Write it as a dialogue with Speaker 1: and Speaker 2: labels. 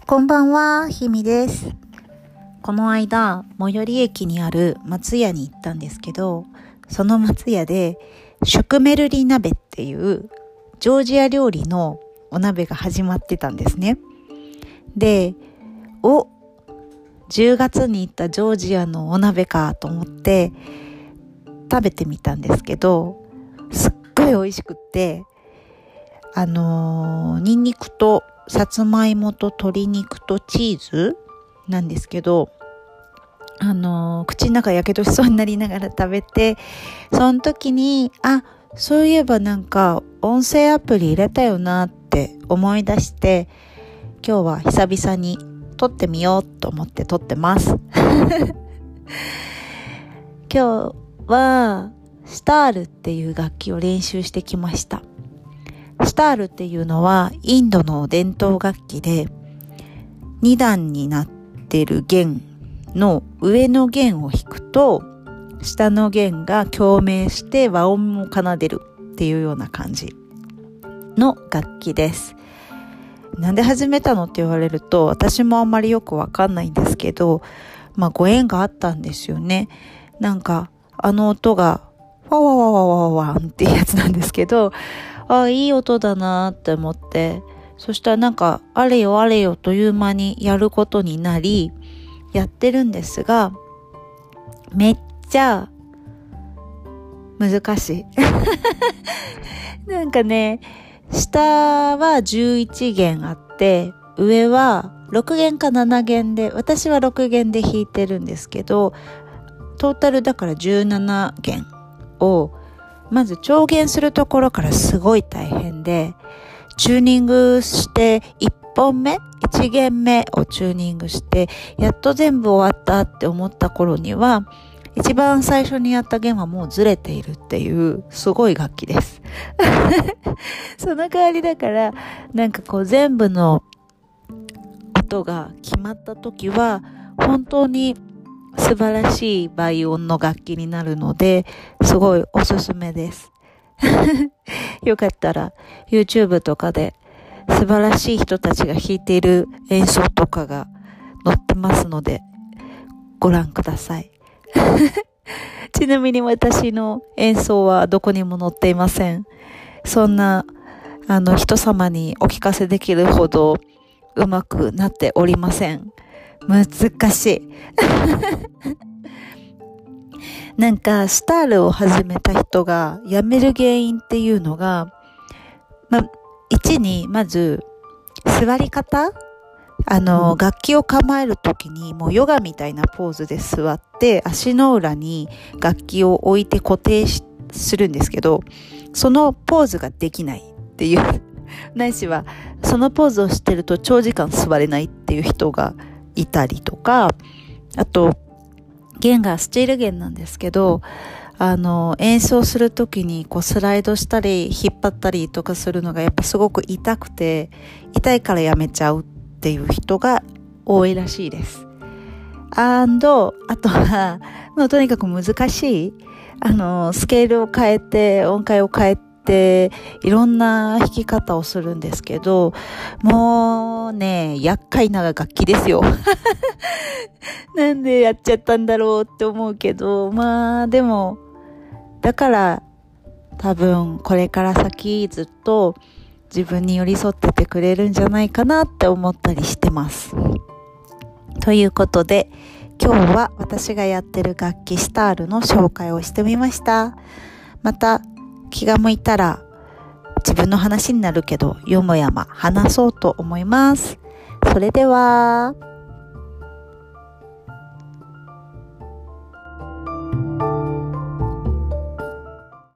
Speaker 1: こんばんは、ひみです。この間、最寄り駅にある松屋に行ったんですけど、その松屋でシュクメルリ鍋っていうジョージア料理のお鍋が始まってたんですね。で、10月に行ったジョージアのお鍋かと思って食べてみたんですけど、すっごい美味しくって、ニンニクとさつまいもと鶏肉とチーズなんですけど、口の中やけどしそうになりながら食べて、その時にそういえばなんか音声アプリ入れたよなって思い出して、今日は久々に撮ってみようと思って撮ってます今日はシタールっていう楽器を練習してきました。シタールっていうのはインドの伝統楽器で、2段になってる弦の上の弦を弾くと下の弦が共鳴して和音を奏でるっていうような感じの楽器です。なんで始めたのって言われると私もあんまりよくわかんないんですけど、ご縁があったんですよね。なんか音がワワワワワワンっていうやつなんですけど、いい音だなって思って、そしたらなんかあれよあれよという間にやることになりやってるんですが、めっちゃ難しいなんかね、下は11弦あって上は6弦か7弦で、私は6弦で弾いてるんですけど、トータルだから17弦をまず調弦するところからすごい大変で、チューニングして1本目1弦目をチューニングしてやっと全部終わったって思った頃には、一番最初にやった弦はもうずれているっていうすごい楽器ですその代わりだから、なんかこう全部の音が決まった時は本当に素晴らしい倍音の楽器になるので、すごいおすすめですよかったら YouTube とかで素晴らしい人たちが弾いている演奏とかが載ってますのでご覧くださいちなみに私の演奏はどこにも載っていません。そんな人様にお聞かせできるほどうまくなっておりません。難しいなんかシタールを始めた人が辞める原因っていうのが、1にまず座り方、楽器を構えるときにもうヨガみたいなポーズで座って足の裏に楽器を置いて固定するんですけど、そのポーズができないっていうないしはそのポーズをしてると長時間座れないっていう人がいたりとか、あと弦がスチール弦なんですけど、演奏するときにこうスライドしたり引っ張ったりとかするのがやっぱすごく痛くて、痛いからやめちゃうっていう人が多いらしいです。あとは、とにかく難しいスケールを変えて音階を変えていろんな弾き方をするんですけど、もうね、厄介な楽器ですよなんでやっちゃったんだろうって思うけど、でもだから多分これから先ずっと自分に寄り添っててくれるんじゃないかなって思ったりしてます。ということで今日は私がやってる楽器シタールの紹介をしてみました。また気が向いたら自分の話になるけどよもやま話そうと思います。それでは。